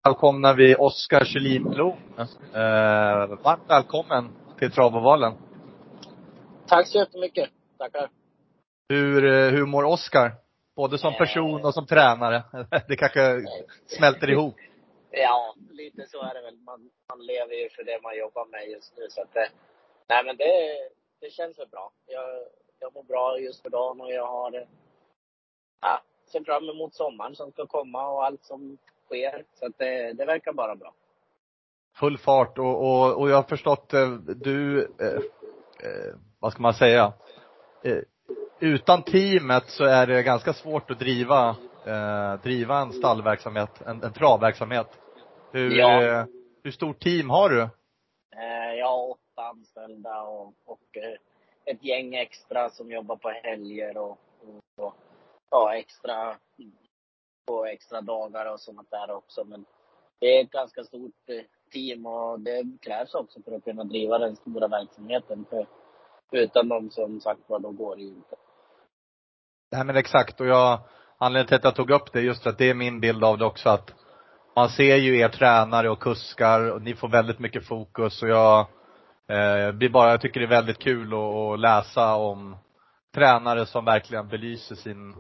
Välkomnar vi Oskar Kyllinblom. Varmt välkommen till Travovalen. Tack så jättemycket. Tackar. Hur mår Oskar? Både som person och som tränare. Det kanske smälter ihop. Ja, lite så är det väl. Man lever ju för det man jobbar med just nu. Så att nej, men det känns så bra. Jag mår bra just för dagen och jag har ser fram emot sommaren som ska komma och allt som sker. Så att det verkar bara bra. Full fart och jag har förstått du, vad ska man säga? Utan teamet så är det ganska svårt att driva en stallverksamhet, en travverksamhet. Hur stort team har du? Jag har 8 anställda och ett gäng extra som jobbar på helger och extra på extra dagar och sånt där också. Men det är ett ganska stort team och det krävs också för att kunna driva den stora verksamheten. För utan dem som sagt vad, då går det ju inte. Nej, men exakt, och anledningen till att jag tog upp det just för att det är min bild av det också, att man ser ju er tränare och kuskar och ni får väldigt mycket fokus, och jag tycker det är väldigt kul att läsa om tränare som verkligen belyser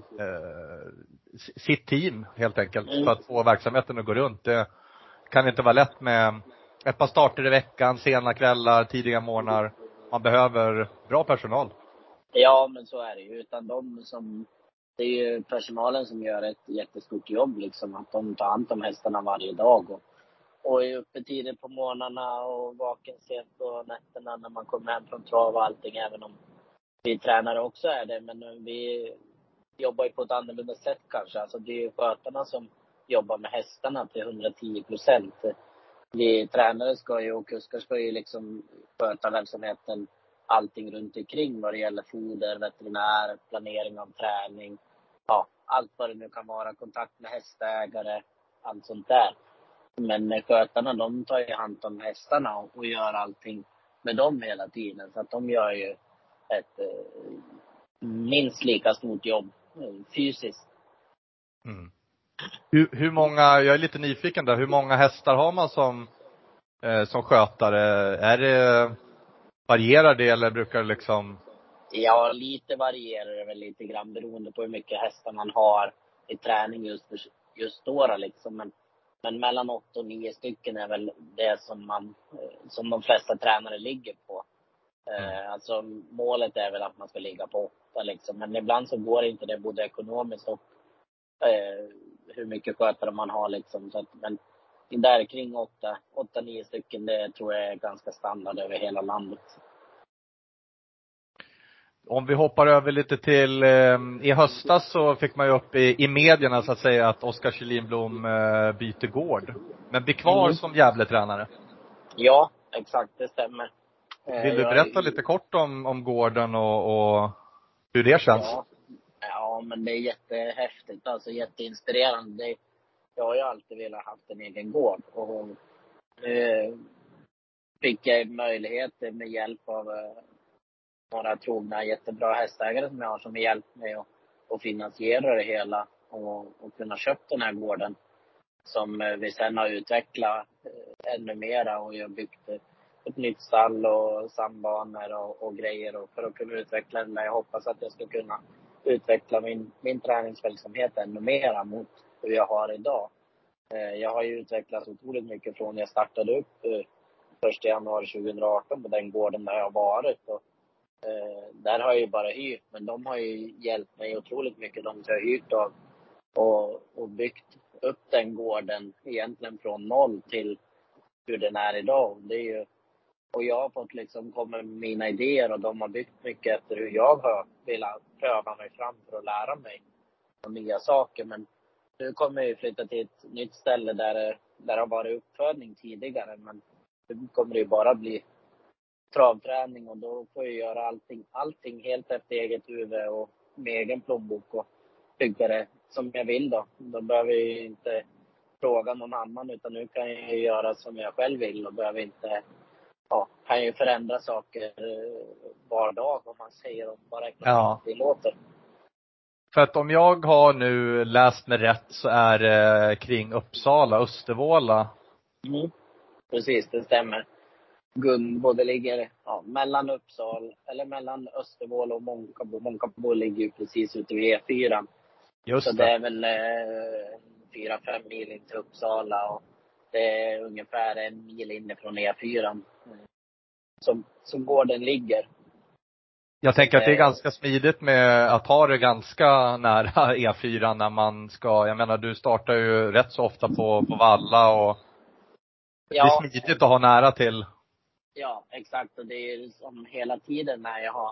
sitt team helt enkelt för att få verksamheten att gå runt. Det kan inte vara lätt med ett par starter i veckan, sena kvällar, tidiga morgnar. Man behöver bra personal. Ja, men så är det ju. Utan det är ju personalen som gör ett jättestort jobb liksom. Att de tar hand om hästarna varje dag och är uppe tidigt på morgnarna och vaken sent på nätterna när man kommer hem från trav och allting. Även om vi tränare också är det, men vi jobbar ju på ett annorlunda sätt kanske. Alltså det är ju skötarna som jobbar med hästarna till 110%. Vi tränare och kuskar ska ju liksom sköta verksamheten, allting runt omkring vad det gäller foder, veterinär, planering av träning, allt vad det nu kan vara, kontakt med hästägare, allt sånt där. Men skötarna, de tar ju hand om hästarna och gör allting med dem hela tiden. Så att de gör ju ett minst lika stort jobb fysiskt. Mm. Hur många, jag är lite nyfiken där, hur många hästar har man som skötare? Varierar det eller brukar det liksom? Ja, lite varierar det väl lite grann beroende på hur mycket hästar man har i träning just då liksom. Men mellan 8 och 9 stycken är väl det som de flesta tränare ligger på. Alltså målet är väl att man ska ligga på 8 liksom. Men ibland så går inte det både ekonomiskt och hur mycket skötare man har liksom. Så att, men där kring 8-9 stycken, det tror jag är ganska standard över hela landet. Om vi hoppar över lite till i höstas så fick man ju upp i medierna så att säga att Oskar Kyllinblom byter gård. Men blir kvar som Gävle-tränare. Ja, exakt, det stämmer. Vill du berätta lite kort om gården och hur det känns? Ja, men det är jättehäftigt, alltså jätteinspirerande. Jag har ju alltid velat haft en egen gård och fick jag möjlighet med hjälp av några trogna jättebra hästägare som jag har, som hjälpt mig att finansiera det hela och kunna köpa den här gården som vi sen har utvecklat ännu mera, och jag har byggt ett nytt stall och sambanor och grejer och för att kunna utveckla den där. Jag hoppas att jag ska kunna utveckla min träningsverksamhet ännu mera mot hur jag har idag. Jag har ju utvecklats otroligt mycket från jag startade upp 1 januari 2018 på den gården där jag har varit, och där har jag ju bara hyrt, men de har ju hjälpt mig otroligt mycket, de som jag har hyrt av och byggt upp den gården egentligen från 0 till hur den är idag. Det är ju, och jag har fått liksom komma med mina idéer och de har byggt mycket efter hur jag har velat pröva mig fram för att lära mig nya saker. Men nu kommer jag flytta till ett nytt ställe där det har varit uppfödning tidigare, men nu kommer det ju bara bli travträning, och då får jag göra allting helt efter eget huvud och med egen plånbok och bygga det som jag vill då. Då behöver jag inte fråga någon annan, utan nu kan jag göra som jag själv vill och behöver inte, kan ju förändra saker var dag, om man säger, och bara det låter. För att om jag har nu läst mig rätt så är det kring Uppsala, Östervåla. Mm. Precis, det stämmer. Både ligger mellan Uppsala, eller mellan Östervåla och Månkabo. Månkabo ligger ju precis ute vid E4. Just Så det är väl 4-5 mil in till Uppsala, och det är ungefär 1 mil inifrån E4 som gården ligger. Jag tänker att det är ganska smidigt med att ha det ganska nära E4 när man ska, jag menar du startar ju rätt så ofta på Valla och det är smidigt att ha nära till. Ja, exakt. Och det är som hela tiden när jag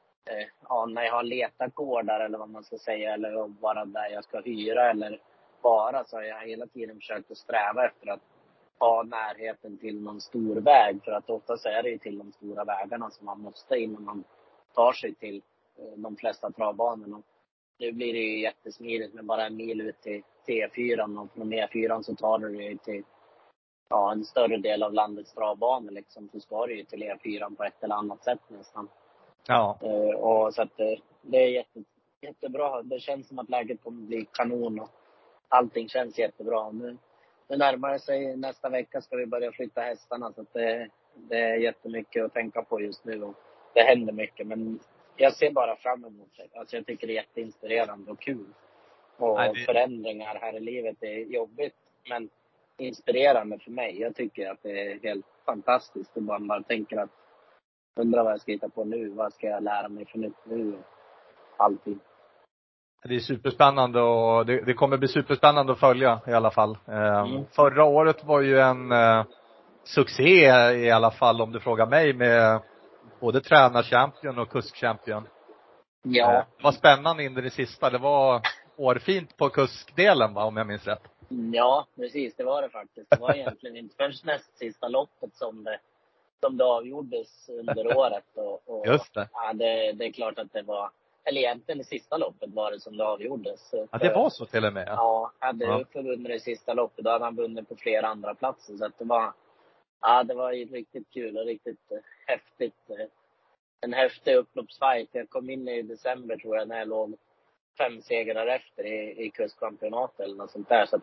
har letat gårdar eller vad man ska säga, eller bara där jag ska hyra eller bara, så har jag hela tiden försökt att sträva efter att ha närheten till någon stor väg. För att oftast är det ju till de stora vägarna som man måste innan man tar sig till de flesta travbanorna. Nu blir det ju jättesmidigt med bara 1 mil ut till E4, och från E4 så tar det ju till en större del av landets travbanor liksom, så ska det ju till E4 på ett eller annat sätt nästan. Ja. Och så att det är jättebra. Det känns som att läget kommer bli kanon och allting känns jättebra. Nu närmar det sig, nästa vecka ska vi börja flytta hästarna, så att det är jättemycket att tänka på just nu och det händer mycket. Men jag ser bara fram emot det. Alltså jag tycker det är jätteinspirerande och kul. Och förändringar här i livet är jobbigt, men inspirerande för mig. Jag tycker att det är helt fantastiskt. Och bara tänker att undrar vad jag ska hitta på nu. Vad ska jag lära mig för nytt nu? Och allting. Det är superspännande och det kommer bli superspännande att följa i alla fall. Förra året var ju en succé i alla fall om du frågar mig, med både tränarchampion och kuskchampion. Ja. Det var spännande in i det sista. Det var årfint på kuskdelen, va, om jag minns rätt. Ja, precis. Det var det faktiskt. Det var egentligen inte först näst sista loppet som det avgjordes under året. Och just det. Ja, det är klart att det var, eller egentligen det sista loppet var det som det avgjordes. Ja, det var så till och med. Ja, hade Uffe vunnit det sista loppet, då hade han vunnit på flera andra platser. Så att det var ju riktigt kul och riktigt häftigt. En häftig upploppsfight. Jag kom in i december tror jag, när jag låg 5 segrar efter i kustkampionatet eller något sånt där. Så att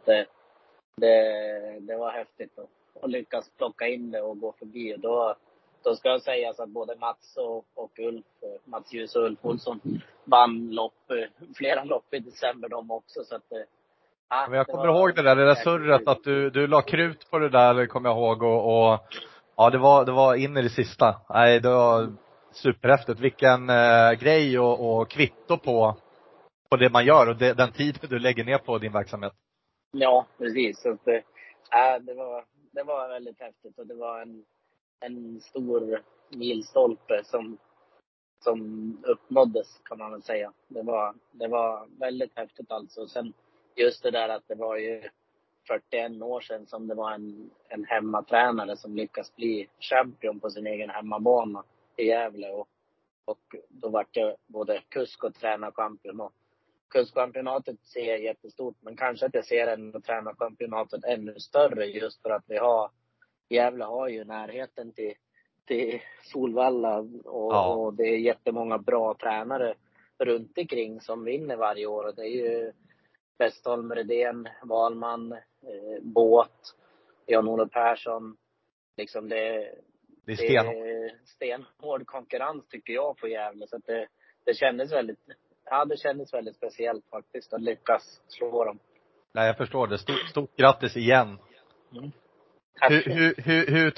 det var häftigt att lyckas plocka in det och gå förbi. Och då ska jag säga att både Mats och Ulf, Mats Ljus och Ulf Olsson, vann flera lopp i december de också. Så att men jag kommer ihåg det där surret att du la krut på det där, kommer jag ihåg, och ja, det var in i det sista. Nej, det var superhäftigt. Vilken grej och kvitto på det man gör och den tid du lägger ner på din verksamhet. Ja, precis. Så att, det var väldigt häftigt, och det var en stor milstolpe som uppnåddes, kan man väl säga. Det var väldigt häftigt alltså. Och sen just det där att det var ju 41 år sedan som det var en hemmatränare som lyckas bli champion på sin egen hemmabana i Gävle. Och då var det både kusk och tränarchampion. Och kustkampionatet ser jag jättestort, men kanske att jag ser ändå tränarkampionatet ännu större, just för att Gävle har ju närheten till Solvalla och det är jättemånga bra tränare runt omkring som vinner varje år. Och det är ju Westholm, Redén, Wahlman, Båt, Jan-Olof Persson. Liksom det är stenhård konkurrens tycker jag på Gävle. Så att det kändes väldigt speciellt faktiskt att lyckas slå dem. Nej, jag förstår det. Stort grattis igen. Mm. Hur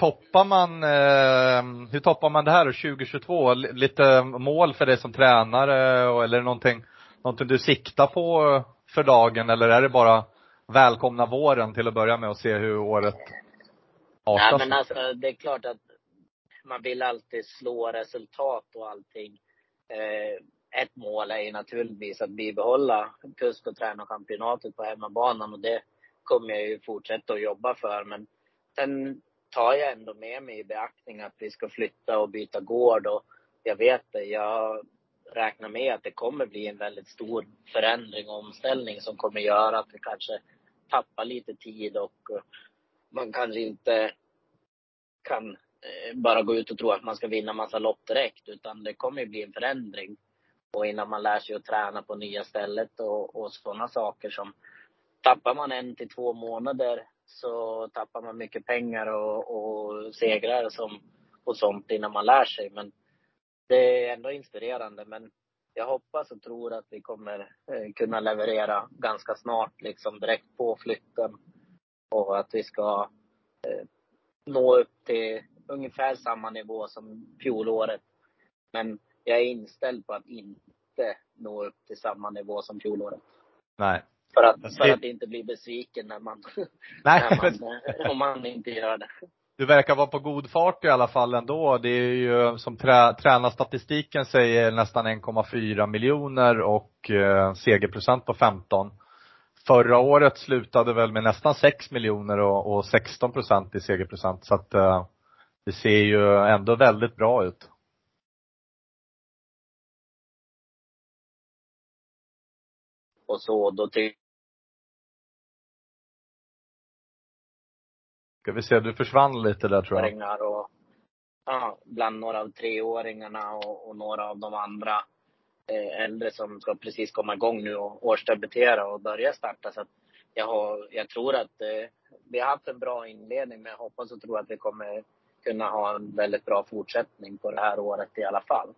toppar man det här 2022? Lite mål för dig som tränare, eller någonting du siktar på för dagen, eller är det bara välkomna våren till att börja med och se hur året artar? Nej, men alltså det är klart att man vill alltid slå resultat och allting. Ett mål är ju naturligtvis att bibehålla kusk- och tränarkampionatet på hemmabanan, och det kommer jag ju fortsätta att jobba för. Men sen tar jag ändå med mig i beaktning att vi ska flytta och byta gård, och jag räknar med att det kommer bli en väldigt stor förändring och omställning som kommer göra att vi kanske tappar lite tid, och man kanske inte kan bara gå ut och tro att man ska vinna massa lopp direkt, utan det kommer ju bli en förändring. Och innan man lär sig att träna på nya stället och sådana saker som tappar man 1 till 2 månader så tappar man mycket pengar och segrar och sånt innan man lär sig. Men det är ändå inspirerande. Men jag hoppas och tror att vi kommer kunna leverera ganska snart, liksom direkt på flytten. Och att vi ska nå upp till ungefär samma nivå som fjolåret. Men jag är inställd på att inte nå upp till samma nivå som fjolåret. Nej. För att inte bli besviken när man, om man inte gör det. Du verkar vara på god fart i alla fall ändå. Det är ju som tränarstatistiken säger nästan 1,4 miljoner och segerprocent på 15. Förra året slutade väl med nästan 6 miljoner och 16% i segerprocent. Så att det ser ju ändå väldigt bra ut. Och så då Ska vi se, du försvann lite där tror jag. Och bland några av 3-åringarna och några av de andra äldre som ska precis komma igång nu och årsdebutera och börja starta. Så att jag tror att vi har haft en bra inledning, men jag hoppas och tror att vi kommer kunna ha en väldigt bra fortsättning på det här året i alla fall.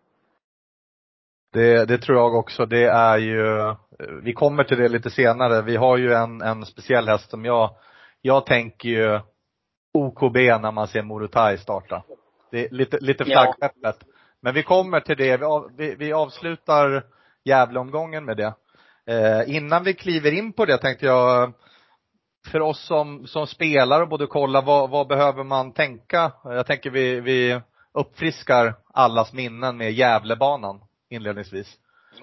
Det tror jag också. Det är ju, vi kommer till det lite senare. Vi har ju en speciell häst som jag tänker ju OKB när man ser Murutai starta. Det är lite flaggskeppet. Ja. Men vi kommer till det. Vi avslutar Gävleomgången med det. Innan vi kliver in på det tänkte jag, för oss som spelar och både kolla vad behöver man tänka. Jag tänker vi uppfriskar allas minnen med Gävlebanan inledningsvis.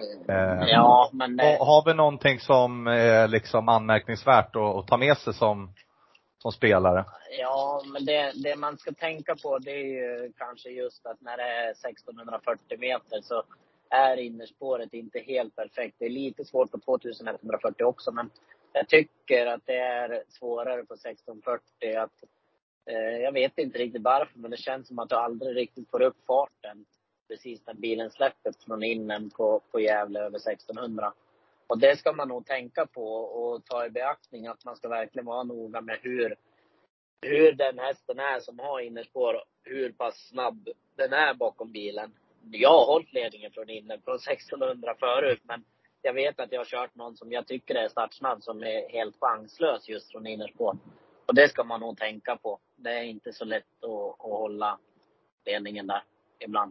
Ja, men har vi någonting som är liksom anmärkningsvärt att ta med sig som spelare? Ja, men det man ska tänka på, det är ju kanske just att när det är 1640 meter så är innerspåret inte helt perfekt. Det är lite svårt på 2140 också, men jag tycker att det är svårare på 1640. Jag vet inte riktigt varför, men det känns som att du aldrig riktigt får upp farten precis när bilen släpper från innen på Gävle över 1600. Och det ska man nog tänka på och ta i beaktning, att man ska verkligen vara noga med hur den hästen är som har innerspår, hur pass snabb den är bakom bilen. Jag har hållit ledningen från innen från 1600 förut, men jag vet att jag har kört någon som jag tycker är startsnabb som är helt chanslös just från innerspår. Och det ska man nog tänka på. Det är inte så lätt att hålla ledningen där ibland.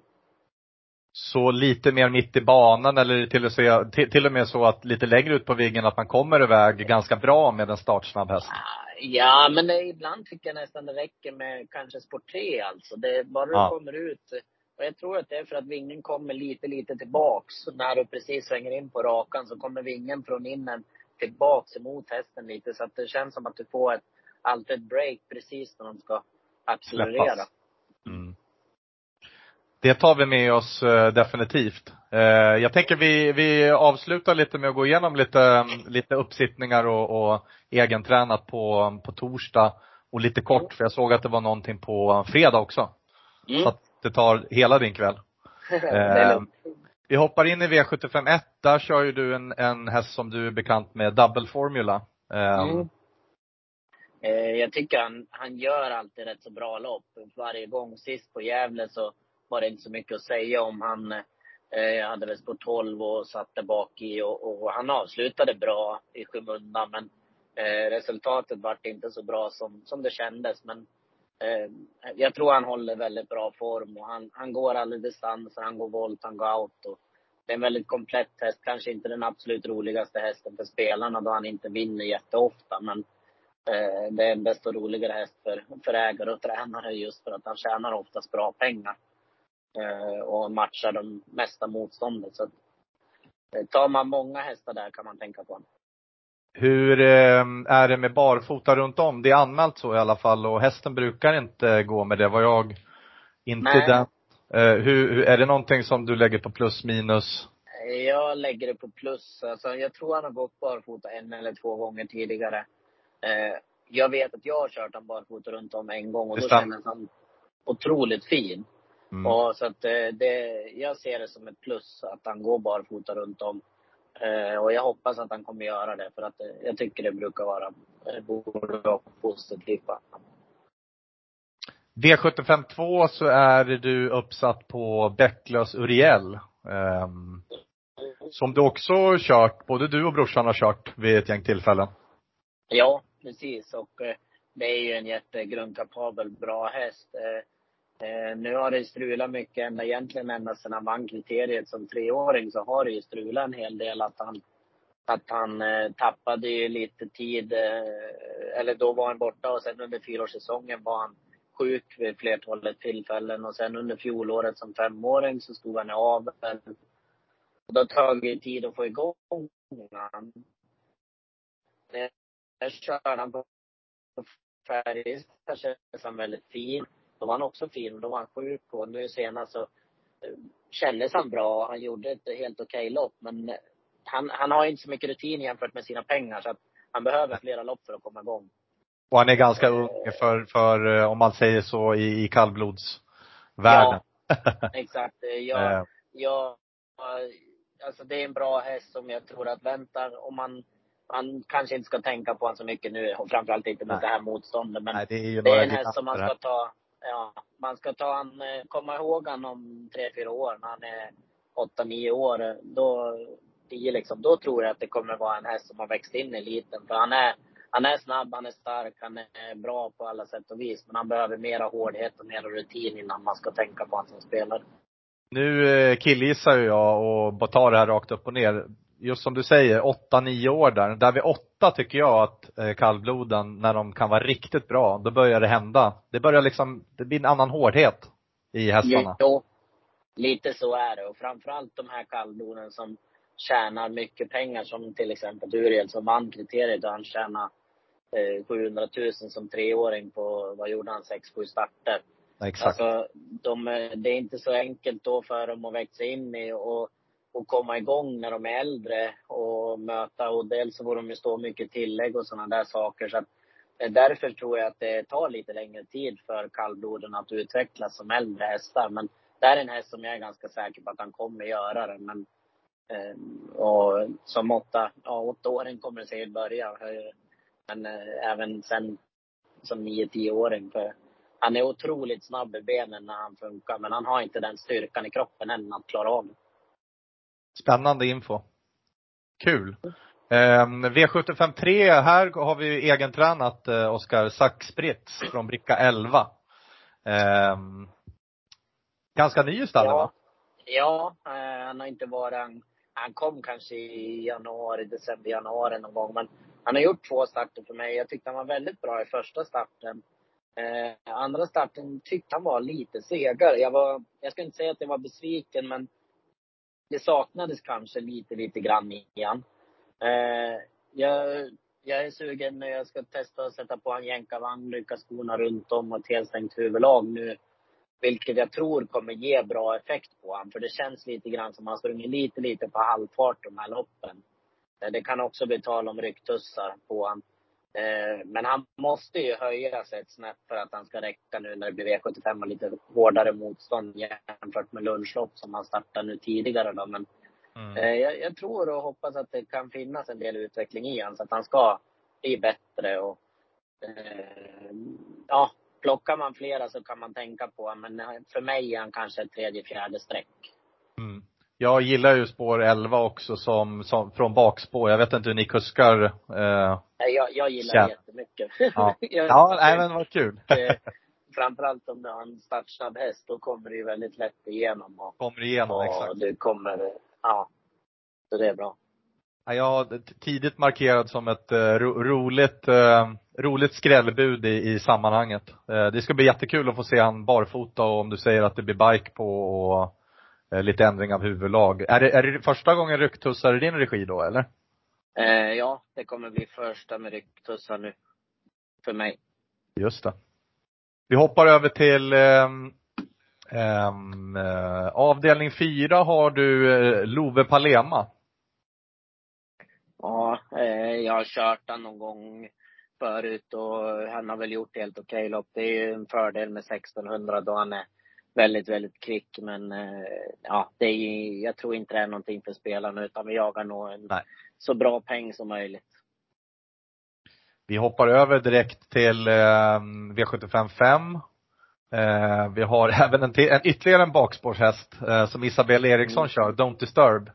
Så lite mer mitt i banan, eller till och med så att lite längre ut på viggen att man kommer iväg ganska bra med en startsnabb häst? Ja, men ibland tycker jag nästan det räcker med kanske sport 3 alltså. Det bara du kommer ut. Och jag tror att det är för att vingen kommer lite tillbaks. När du precis svänger in på rakan så kommer vingen från innen tillbaks emot hästen lite. Så att det känns som att du får alltid ett break precis när de ska accelerera. Mm. Det tar vi med oss definitivt. Jag tänker vi avslutar lite med att gå igenom lite uppsittningar och egentränat på torsdag. Och lite kort, för jag såg att det var någonting på fredag också. Så att det tar hela din kväll. Vi hoppar in i V75-1. Där kör ju du en häst som du är bekant med, Double Formula. Jag tycker han gör alltid rätt så bra lopp. Varje gång sist på Gävle så var det inte så mycket att säga om. Han hade väl på 12 och satte bak i och han avslutade bra i skymundan, men resultatet var inte så bra som det kändes. Men jag tror han håller väldigt bra form och han går alla distanser, han går volt, han går out och det är en väldigt komplett häst. Kanske inte den absolut roligaste hästen för spelarna då han inte vinner jätteofta, men det är en desto roligare häst för ägare och tränare, just för att han tjänar oftast bra pengar och matchar de mesta motståndet. Så tar man många hästar där kan man tänka på. Hur är det med barfota runt om? Det är anmält så i alla fall, och hästen brukar inte gå med det. Var jag inte den? Hur är det någonting som du lägger på plus minus? Jag lägger det på plus. Alltså, jag tror han har gått barfota 1 eller 2 gånger tidigare. Jag vet att jag har kört han barfota runt om en gång och då kändes han otroligt fin. Och så att jag ser det som ett plus att han går barfota runt om. Och jag hoppas att han kommer göra det, för att jag tycker det brukar vara positivt. V75 2 så är du uppsatt på Bäcklös Uriel. Som du också kört, både du och brorsan har kört vid ett gäng tillfällen. Ja, precis. Och det är ju en jättegrundkapabel, bra häst. Nu har det strulat mycket, ända sedan han vann kriteriet som 3-åring, så har det ju strulat en hel del. Att han tappade ju lite tid, eller då var han borta, och sen under 4-årssäsongen var han sjuk vid flertalet tillfällen, och sen under fjolåret som 5-åring så stod han av. Och då tagit tid att få igång han. Där körde han på Färjestad, kändes han väldigt fin. Då var han också fin, då var han sjuk, och nu senast så kändes han bra. Han gjorde ett helt okej lopp, men han har inte så mycket rutin jämfört med sina pengar, så att han behöver flera lopp för att komma igång. Och han är ganska ung för om man säger så, i kallblodsvärlden. Ja, exakt. Alltså det är en bra häst som jag tror att väntar, om man kanske inte ska tänka på han så mycket nu, och framförallt inte med det här motståndet. Men det är en häst som man ska ta, man ska komma ihåg han om 3-4 år, när han är 8-9 år. Då tror jag att det kommer vara en häst som har växt in i eliten. För han är snabb, han är stark, han är bra på alla sätt och vis. Men han behöver mera hårdhet och mera rutin innan man ska tänka på han som spelare. Nu killgissar jag och bara tar det här rakt upp och ner. Just som du säger, 8-9 år där vid 8 tycker jag att kallbloden, när de kan vara riktigt bra, då börjar det hända. Det blir en annan hårdhet i hästarna. Jo, lite så är det. Och framförallt de här kallbloden som tjänar mycket pengar, som till exempel Uriel som vann kriteriet, och han tjänar 700 000 som 3-åring på, vad gjorde han, 6-7 starter. Exakt. Alltså, det är inte så enkelt då för dem att växa in i och komma igång när de är äldre och möta. Och dels så får de ju stå mycket tillägg och sådana där saker. Så att, därför tror jag att det tar lite längre tid för kallbloden att utvecklas som äldre hästar. Men det är en häst som jag är ganska säker på att han kommer göra det. Men och som 8-åring kommer det säkert börja. Men även sen som 9-10-åring. För han är otroligt snabb i benen när han funkar. Men han har inte den styrkan i kroppen än att klara av det. Spännande info. Kul. V75 3, här har vi egentränat Oskar Saxbrits från bricka 11. Ganska ny i stallet, va? Ja, han har inte varit, han kom kanske i december, januari någon gång. Men han har gjort 2 starter för mig. Jag tyckte han var väldigt bra i första starten. Andra starten tyckte han var lite segare. Jag ska inte säga att jag var besviken, men det saknades kanske lite grann i han. Jag är sugen när jag ska testa att sätta på en jänkarvagn, rycka skorna runt om och ett helstängt huvudlag nu. Vilket jag tror kommer ge bra effekt på han. För det känns lite grann som han springer lite på halvfart de här loppen. Det kan också bli tal om rycktussar på han. Men han måste ju höja sig ett snäpp för att han ska räcka nu när det blir V75 och lite hårdare motstånd jämfört med lunchlopp som han startade nu tidigare då. Men jag tror och hoppas att det kan finnas en del utveckling i han, så att han ska bli bättre. Och plockar man flera så kan man tänka på han. Men för mig är han kanske ett 3-4 streck. Jag gillar ju spår 11 också som från bakspår. Jag vet inte hur ni kuskar. Jag gillar det jättemycket. Men vad kul. Framförallt om du har en startsnabb häst, då kommer det ju väldigt lätt igenom. Exakt. Det kommer, så det är bra. Jag har tidigt markerat som ett roligt skrällbud i sammanhanget. Det ska bli jättekul att få se han barfota, och om du säger att det blir bike på och lite ändring av huvudlag. Är det första gången rycktussar i din regi då, eller? Ja, det kommer bli första med rycktussar nu. För mig. Just det. Vi hoppar över till avdelning 4 har du Love Palema. Ja, jag har kört han någon gång förut och han har väl gjort helt okej lopp. Det är ju en fördel med 1600 då han är väldigt, väldigt kvick. Men ja, jag tror inte det är någonting för spelarna, utan vi jagar nog en så bra peng som möjligt. Vi hoppar över direkt till V75 5. Vi har även ytterligare en bakspårshäst som Isabelle Eriksson kör, Don't Disturb.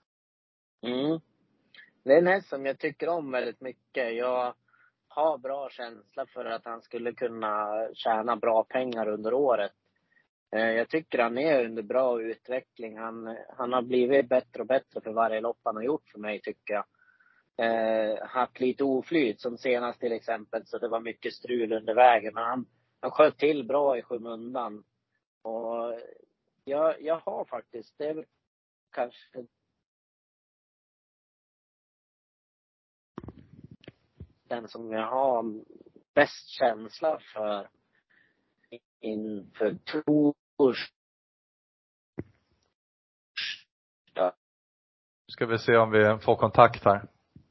Det är en häst som jag tycker om väldigt mycket. Jag har bra känsla för att han skulle kunna tjäna bra pengar under året. Jag tycker han är under bra utveckling. Han har blivit bättre och bättre för varje lopp han har gjort för mig, tycker jag. Haft lite oflyt, som senast till exempel, så det var mycket strul under vägen. Men han sköt till bra i skymundan. Och jag har faktiskt, det är väl kanske den som jag har bäst känsla för inför torsdag. Ska vi se om vi får kontakt här.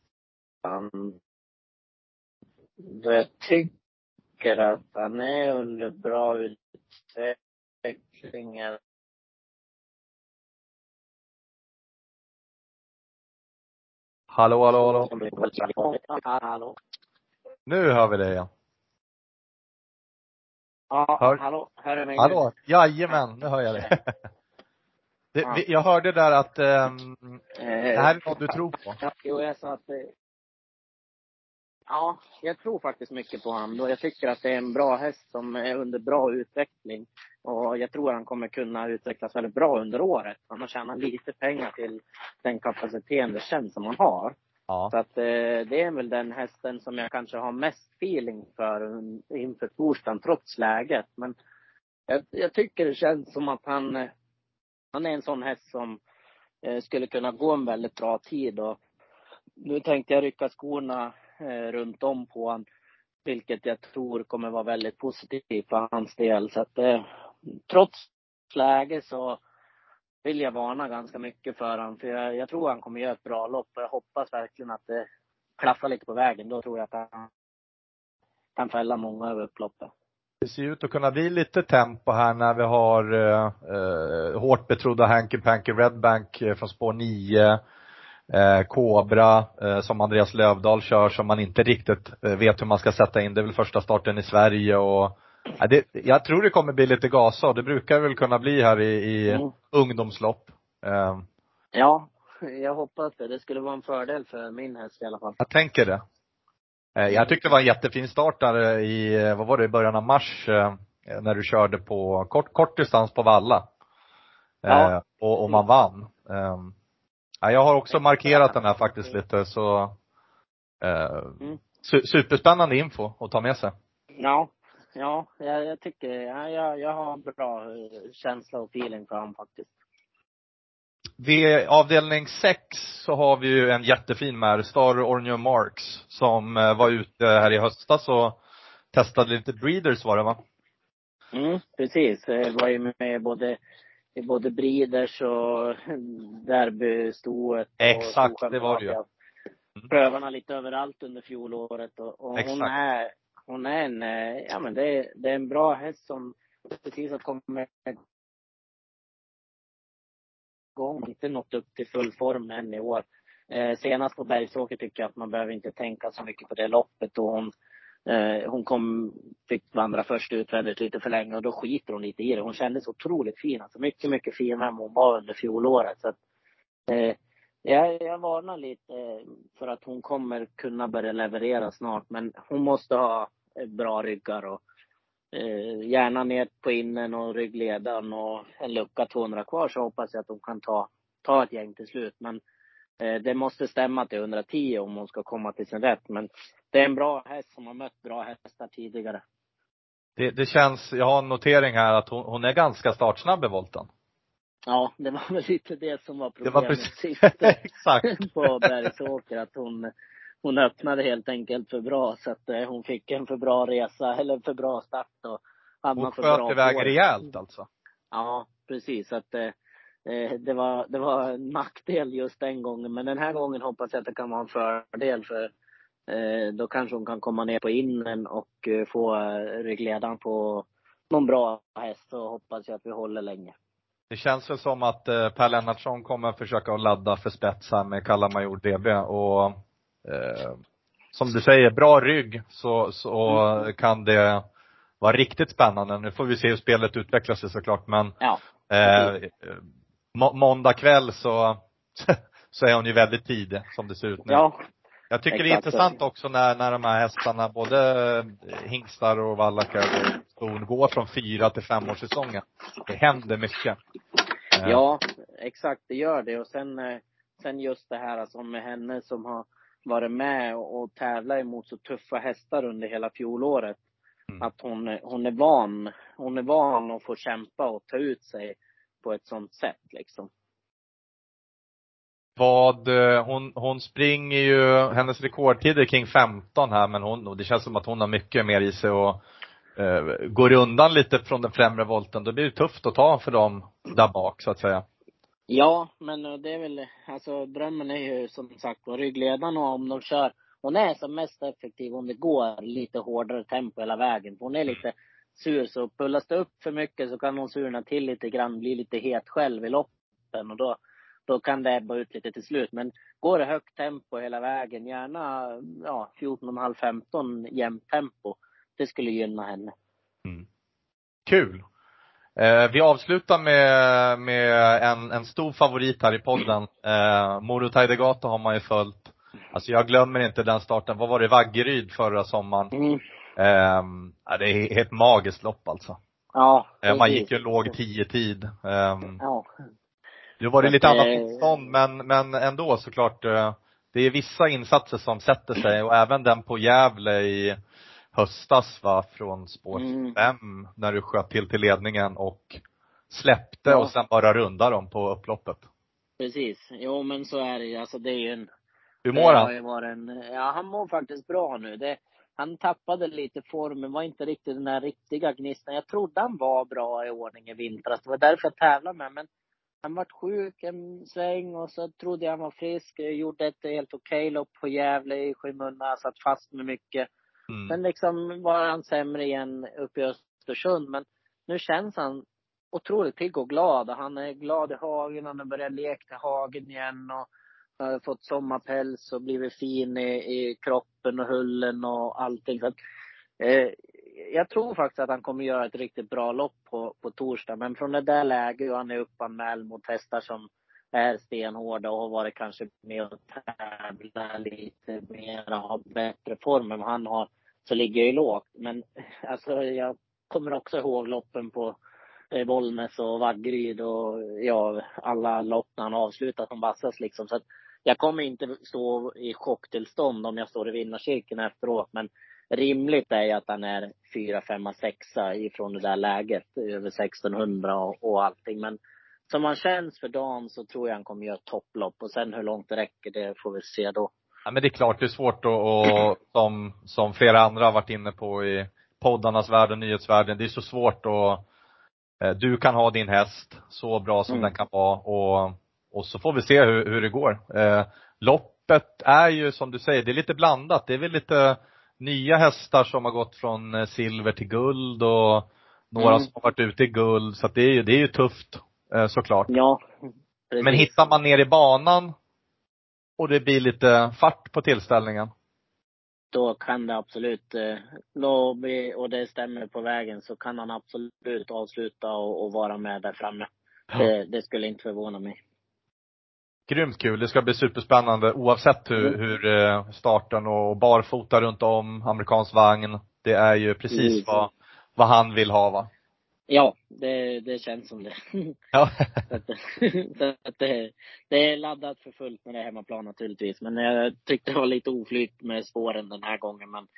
Jag tycker att han är under bra utveckling. Hallå. Hallå. Nu hör vi dig igen. Ja, hallå. Hör du mig? Hallå, jajamän, nu hör jag dig. Jag hörde där att det här är något du tror på. Jo, jag sa att ja, jag tror faktiskt mycket på han. Och jag tycker att det är en bra häst som är under bra utveckling. Och jag tror han kommer kunna utvecklas väldigt bra under året. Han har tjänat lite pengar till den kapaciteten det känns som han har. Ja. Så att det är väl den hästen som jag kanske har mest feeling för inför torsdagen, trots läget. Men jag tycker det känns som att han är en sån häst som skulle kunna gå en väldigt bra tid. Och nu tänkte jag rycka skorna runt om på han, vilket jag tror kommer vara väldigt positivt för hans del. Så att trots läge så vill jag varna ganska mycket för han. För jag tror han kommer göra ett bra lopp. Och jag hoppas verkligen att det klaffar lite på vägen. Då tror jag att han kan fälla många över upploppet. Det ser ut att kunna bli lite tempo här när vi har hårt betrodda Hanky Panky Redbank från spår 9. Cobra som Andreas Lövdahl kör, som man inte riktigt vet hur man ska sätta in. Det är väl första starten i Sverige. Och jag tror det kommer bli lite gasa. Och det brukar väl kunna bli här i ungdomslopp. Ja, jag hoppas det. Det skulle vara en fördel för min häst i alla fall. Jag tänker det. Jag tyckte det var en jättefin start där i början av mars när du körde på kort distans på Valla. Ja. Och man vann. Jag har också markerat den här faktiskt lite, så superspännande info att ta med sig. Ja, jag tycker jag har bra känsla och feeling för honom faktiskt. Vid avdelning 6 så har vi ju en jättefin med Star Orneo Marks som var ute här i höstas och testade lite breeders, var det, va? Precis. Det var ju med både breeders och derbystoet. Exakt, det var det ju. Prövarna lite överallt under fjolåret. Och hon är en, ja men det är en bra häst som precis har kommit igång. Inte nått upp till full form än i år. Senast på Bergsåker tycker jag att man behöver inte tänka så mycket på det loppet. Och hon fick vandra först utvändigt lite för länge och då skiter hon lite i det. Hon kändes otroligt fin. Alltså mycket finare än hon var under fjolåret. Så att, jag varnar lite för att hon kommer kunna börja leverera snart. Men hon måste ha bra ryggar och gärna ner på innen och ryggledaren och en lucka 200 kvar, så hoppas jag att hon kan ta ett gäng till slut. Men det måste stämma till 110 om hon ska komma till sin rätt. Men det är en bra häst som har mött bra hästar tidigare. Det känns, jag har en notering här att hon är ganska startsnabb i volten. Ja, det var väl lite det som var problemet. Det var precis exakt på Bergsåker, att hon öppnade helt enkelt för bra, så att hon fick en för bra resa eller för bra start och hon sköt iväg rejält alltså. Ja, precis, så att det var en nackdel just den gången, men den här gången hoppas jag att det kan vara en fördel, för då kanske hon kan komma ner på innen och få ryggledaren på någon bra häst, så hoppas jag att vi håller länge. Det känns väl som att Per Lennartsson kommer försöka att ladda för spets här med Kalla Major DB. Och som du säger, bra rygg, så kan det vara riktigt spännande. Nu får vi se hur spelet utvecklar sig såklart. Men Ja, måndag kväll så är hon ju väldigt tidig som det ser ut nu. ja. Jag tycker Exakt. det är intressant också när de här hästarna, både hingstar och vallackar och ston, går från 4 till 5 års säsongen. Det händer mycket. Ja, exakt, det gör det. Och sen just det här som med henne som har varit med och tävlat emot så tuffa hästar under hela fjolåret. Att hon är van att få kämpa och ta ut sig på ett sånt sätt liksom. Hon springer ju, hennes rekordtid är kring 15 här, men det känns som att hon har mycket mer i sig och går undan lite från den främre volten. Då blir det tufft att ta för dem där bak så att säga. Ja, men det är väl, alltså drömmen är ju som sagt att ryggledaren, och om de kör, hon är som mest effektiv om det går lite hårdare tempo hela vägen. Hon är lite sur, så pullas det upp för mycket så kan hon surna till lite grann, bli lite het själv i loppen, och då kan det ebba ut lite till slut. Men går det högt tempo hela vägen, gärna 14,5-15 jämnt tempo, det skulle gynna henne. Kul. Vi avslutar med en stor favorit här i podden. Moro Taidegato har man ju följt. Alltså jag glömmer inte den starten. Vad var det, Vaggeryd förra sommaren? Det är helt magiskt lopp alltså. Ja, man gick ju låg 10-tid. Ja. Nu var det lite annat motstånd, men ändå såklart. Det är vissa insatser som sätter sig, och även den på Gävle i höstas från spår 5 när du sköt till ledningen och släppte och sen bara runda dem på upploppet. Precis. Jo, men så är det. Alltså det är ju Hur mår han? Han mår faktiskt bra nu. Han tappade lite formen, var inte riktigt den där riktiga gnistan. Jag trodde han var bra i ordning i vintras. Det var därför jag tävlade med. Men han var sjuk en sväng och så trodde jag han var frisk. Jag gjorde ett helt okej lopp på Gävle i skymundan. Satt fast med mycket. Sen liksom var han sämre igen uppe i Östersund. Men nu känns han otroligt pigg och glad. Och han är glad i hagen. Han har börjat leka i hagen igen. Och har fått sommarpäls och blivit fin i kroppen och hullen och allting. Så att, jag tror faktiskt att han kommer göra ett riktigt bra lopp på torsdag. Men från det där läget, och han är uppanmäld mot hästar som är stenhårda och har varit kanske med och tävla lite mer och har bättre form än han har, så ligger jag ju lågt. Men alltså jag kommer också ihåg loppen på Bollnäs och Vaggeryd och alla lopp när han avslutat som vassas liksom. Så att jag kommer inte stå i chocktillstånd om jag står i vinnarcirkeln efteråt. Men rimligt är att han är 4, 5, 6 ifrån det där läget över 1600 och allting. Men som han känns för dagen så tror jag han kommer göra ett topplopp. Och sen hur långt det räcker, det får vi se då. Ja, men det är klart det är svårt och som flera andra har varit inne på i poddarnas värld och nyhetsvärlden. Det är så svårt du kan ha din häst så bra som den kan vara, och så får vi se hur det går. Loppet är ju som du säger, det är lite blandat. Det är väl lite nya hästar som har gått från silver till guld och några som har varit ute i guld. Så att det är ju tufft såklart. Ja, precis. Men hittar man ner i banan och det blir lite fart på tillställningen, då kan det absolut, och det stämmer på vägen, så kan han absolut avsluta och vara med där framme. Ja. Det skulle inte förvåna mig. Grymt kul. Det ska bli superspännande oavsett hur starten och barfota runt om, amerikansk vagn. Det är ju precis vad han vill ha, va? Ja, det känns som det. Ja. så att det är laddat för fullt med det hemmaplan naturligtvis. Men jag tyckte det var lite oflyt med spåren den här gången. Men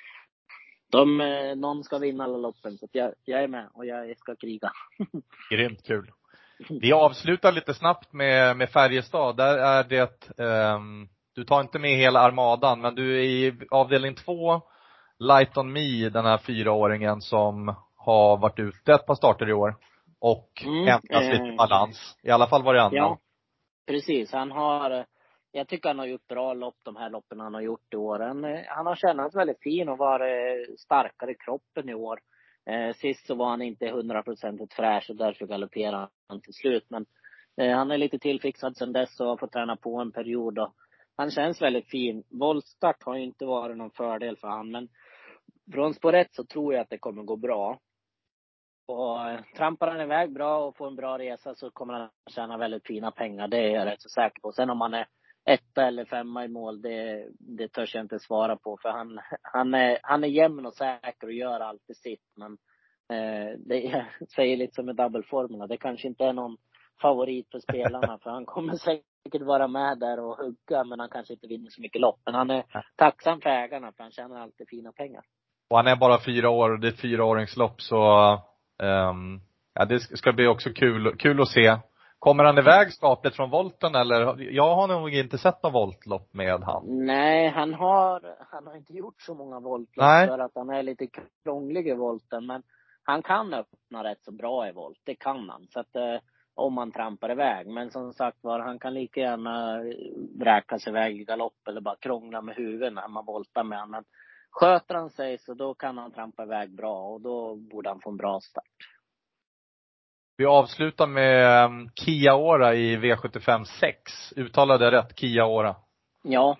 någon ska vinna alla loppen. Så att jag är med och jag ska kriga. Grymt kul. Vi avslutar lite snabbt med Färjestad. Där är det, du tar inte med hela armadan, men du är i avdelning 2, Light on Me, den här 4-åringen som har varit ute ett par starter i år och ändras lite balans. I alla fall var det andra. Ja, precis. Jag tycker han har gjort bra lopp, de här loppen han har gjort i år. Han har kännat väldigt fin och varit starkare i kroppen i år. Sist så var han inte 100% fräsch och därför galopperade han till slut. Men han är lite tillfixad sedan dess och har fått träna på en period. Och han känns väldigt fin. Voltstart har ju inte varit någon fördel för han. Men från spår 1 så tror jag att det kommer gå bra. Och trampar han iväg bra och får en bra resa så kommer han tjäna väldigt fina pengar. Det är jag rätt så säker på. Sen om han är 1 eller 5 i mål, det törs jag inte svara på. För han är jämn och säker och gör alltid sitt. Men det säger lite som med dubbelformerna. Det kanske inte är någon favorit för spelarna. För han kommer säkert vara med där och hugga. Men han kanske inte vinner så mycket lopp. Men han är tacksam för ägarna för han tjänar alltid fina pengar. Och han är bara 4 år och det är ett 4-åringslopp så ja, det ska bli också kul att se. Kommer han iväg skapligt från volten eller? Jag har nog inte sett någon voltlopp med han. Nej, han har inte gjort så många voltlopp. Nej. För att han är lite krånglig i volten. Men han kan öppna rätt så bra i volt. Det kan han. Så att om han trampar iväg. Men som sagt var, han kan lika gärna räka sig iväg i galopp eller bara krångla med huvudet när man voltar med honom. Men sköter han sig så då kan han trampa iväg bra och då borde han få en bra start. Vi avslutar med Kia Ora i V75 6. Uttalade jag rätt? Kia Ora. Ja,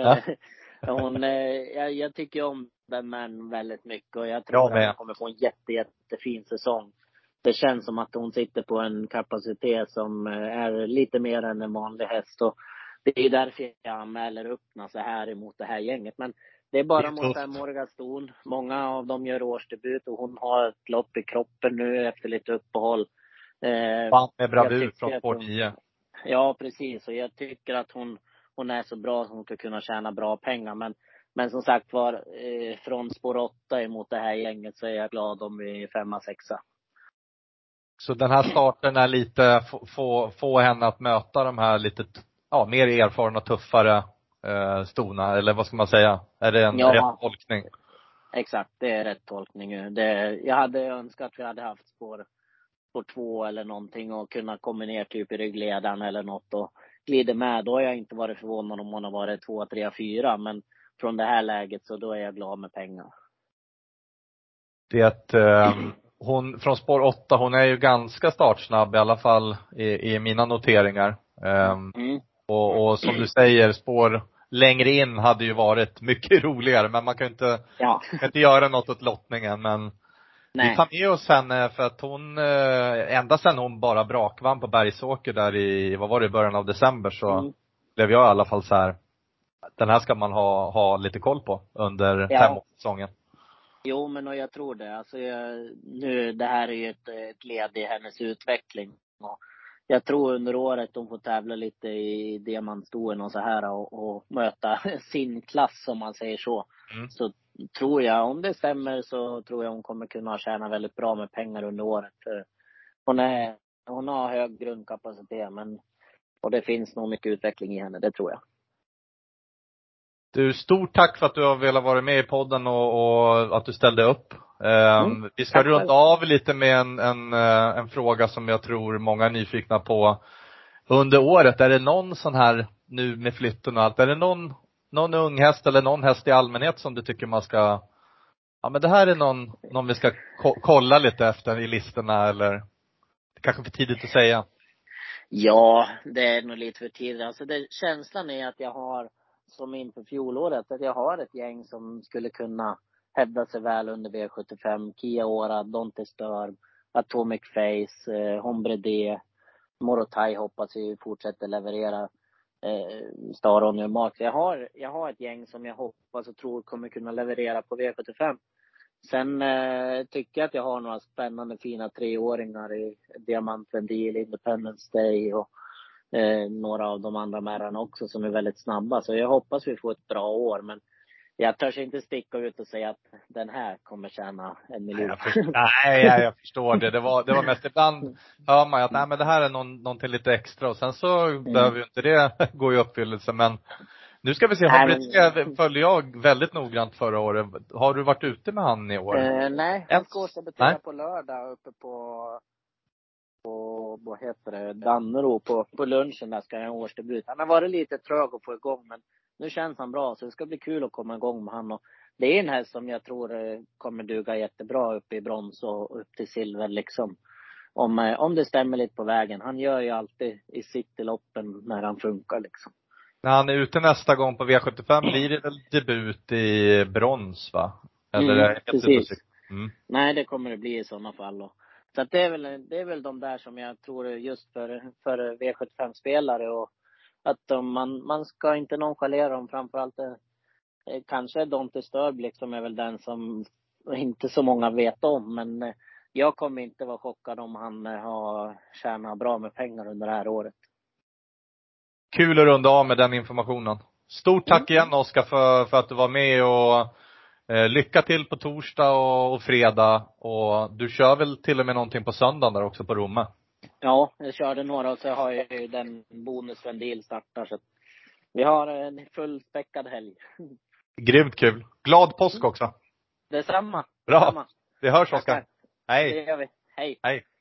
jag tycker om den män väldigt mycket och jag tror att hon kommer få en jättefin säsong. Det känns som att hon sitter på en kapacitet som är lite mer än en vanlig häst. Och det är därför jag anmäler upp så här emot det här gänget. Men det är bara mot 5-åriga ston. Många av dem gör årsdebut och hon har ett lopp i kroppen nu efter lite uppehåll. Vann med bravur från spår 9. Ja, precis. Och jag tycker att hon är så bra att hon ska kunna tjäna bra pengar. Men som sagt var, från spår 8 emot det här gänget så är jag glad om vi är 5-6. Så den här starten är lite få henne att möta de här lite mer erfarna och tuffare stona, eller vad ska man säga? Är det en rätt tolkning? Exakt, det är rätt tolkning. Jag hade önskat att vi hade haft spår 2 eller någonting och kunna komma ner typ i ryggledaren eller något och glida med. Då har jag inte varit förvånad om hon har varit 2, 3, 4. Men från det här läget så då är jag glad med pengar. Hon från spår 8, hon är ju ganska startsnabb i alla fall i mina noteringar. Och som du säger, spår längre in hade ju varit mycket roligare. Men man kan inte göra något åt lottningen. Men vi tar med oss henne för att hon, ända sedan hon bara brakvann på Bergsåker där i början av december så blev jag i alla fall så här. Den här ska man ha lite koll på under 5-årssäsongen. Jo, men och jag tror det. Alltså det här är ju ett led i hennes utveckling. Och jag tror under året hon får tävla lite i diamantstoen och så här och möta sin klass om man säger så. Så tror jag, om det stämmer så tror jag hon kommer kunna tjäna väldigt bra med pengar under året. För hon har hög grundkapacitet och det finns nog mycket utveckling i henne, det tror jag. Du, stort tack för att du har velat vara med i podden och att du ställde upp. Vi ska runda av lite med en fråga som jag tror många är nyfikna på. Under året, är det någon sån här, nu med flytten och allt, är det någon ung häst eller någon häst i allmänhet som du tycker man ska, men det här är någon vi ska kolla lite efter i listorna, eller det kanske för tidigt att säga? Ja, det är nog lite för tidigt. Alltså känslan är att jag har, som inför fjolåret, att jag har ett gäng som skulle kunna hävda sig väl under V75. Kia Ora, Donte Stör, Atomic Face, Hombre D, Morotai hoppas vi fortsätter leverera. Star On Your Mark. Jag har ett gäng som jag hoppas och tror kommer kunna leverera på V75. Sen tycker jag att jag har några spännande fina 3-åringar i Diamant Vendil, Independence Day och några av de andra märrarna också som är väldigt snabba. Så jag hoppas vi får ett bra år, men jag törs inte sticka ut och säga att den här kommer tjäna 1 miljon. Jag förstår det. Det var mest ibland hör man att men det här är någonting lite extra och sen så behöver ju inte det gå i uppfyllelse. Men nu ska vi se, följer jag väldigt noggrant förra året. Har du varit ute med han i år? Nej, han ska årsdebutera på lördag uppe på vad heter det, Dannero på lunchen där ska jag ha årsdebut. Han har varit lite trög att få igång, men nu känns han bra så det ska bli kul att komma igång med han. Och det är en häst som jag tror kommer duga jättebra upp i brons och upp till silver liksom. Om det stämmer lite på vägen. Han gör ju alltid i cityloppen när han funkar liksom. När han är ute nästa gång på V75 blir det väl debut i brons, va? Eller är jag helt ute och cyklar? Nej, det kommer det bli i sådana fall då. Så att det är väl de där som jag tror är just för V75-spelare, och att man ska inte nonchalera dem. Framförallt kanske Dante Stöb liksom är väl den som inte så många vet om, men jag kommer inte vara chockad om han har tjänat bra med pengar under det här året. Kul att runda av med den informationen. Stort tack igen, Oskar, för att du var med, och lycka till på torsdag och fredag. Och du kör väl till och med någonting på söndagen där också på Romme? Ja, jag körde några, och så har jag ju den bonusvendil startar, så vi har en fullspäckad helg. Grymt kul. Glad påsk också. Detsamma. Bra. Detsamma. Vi hörs, Oskar. Hej. Det gör vi. Hej. Hej.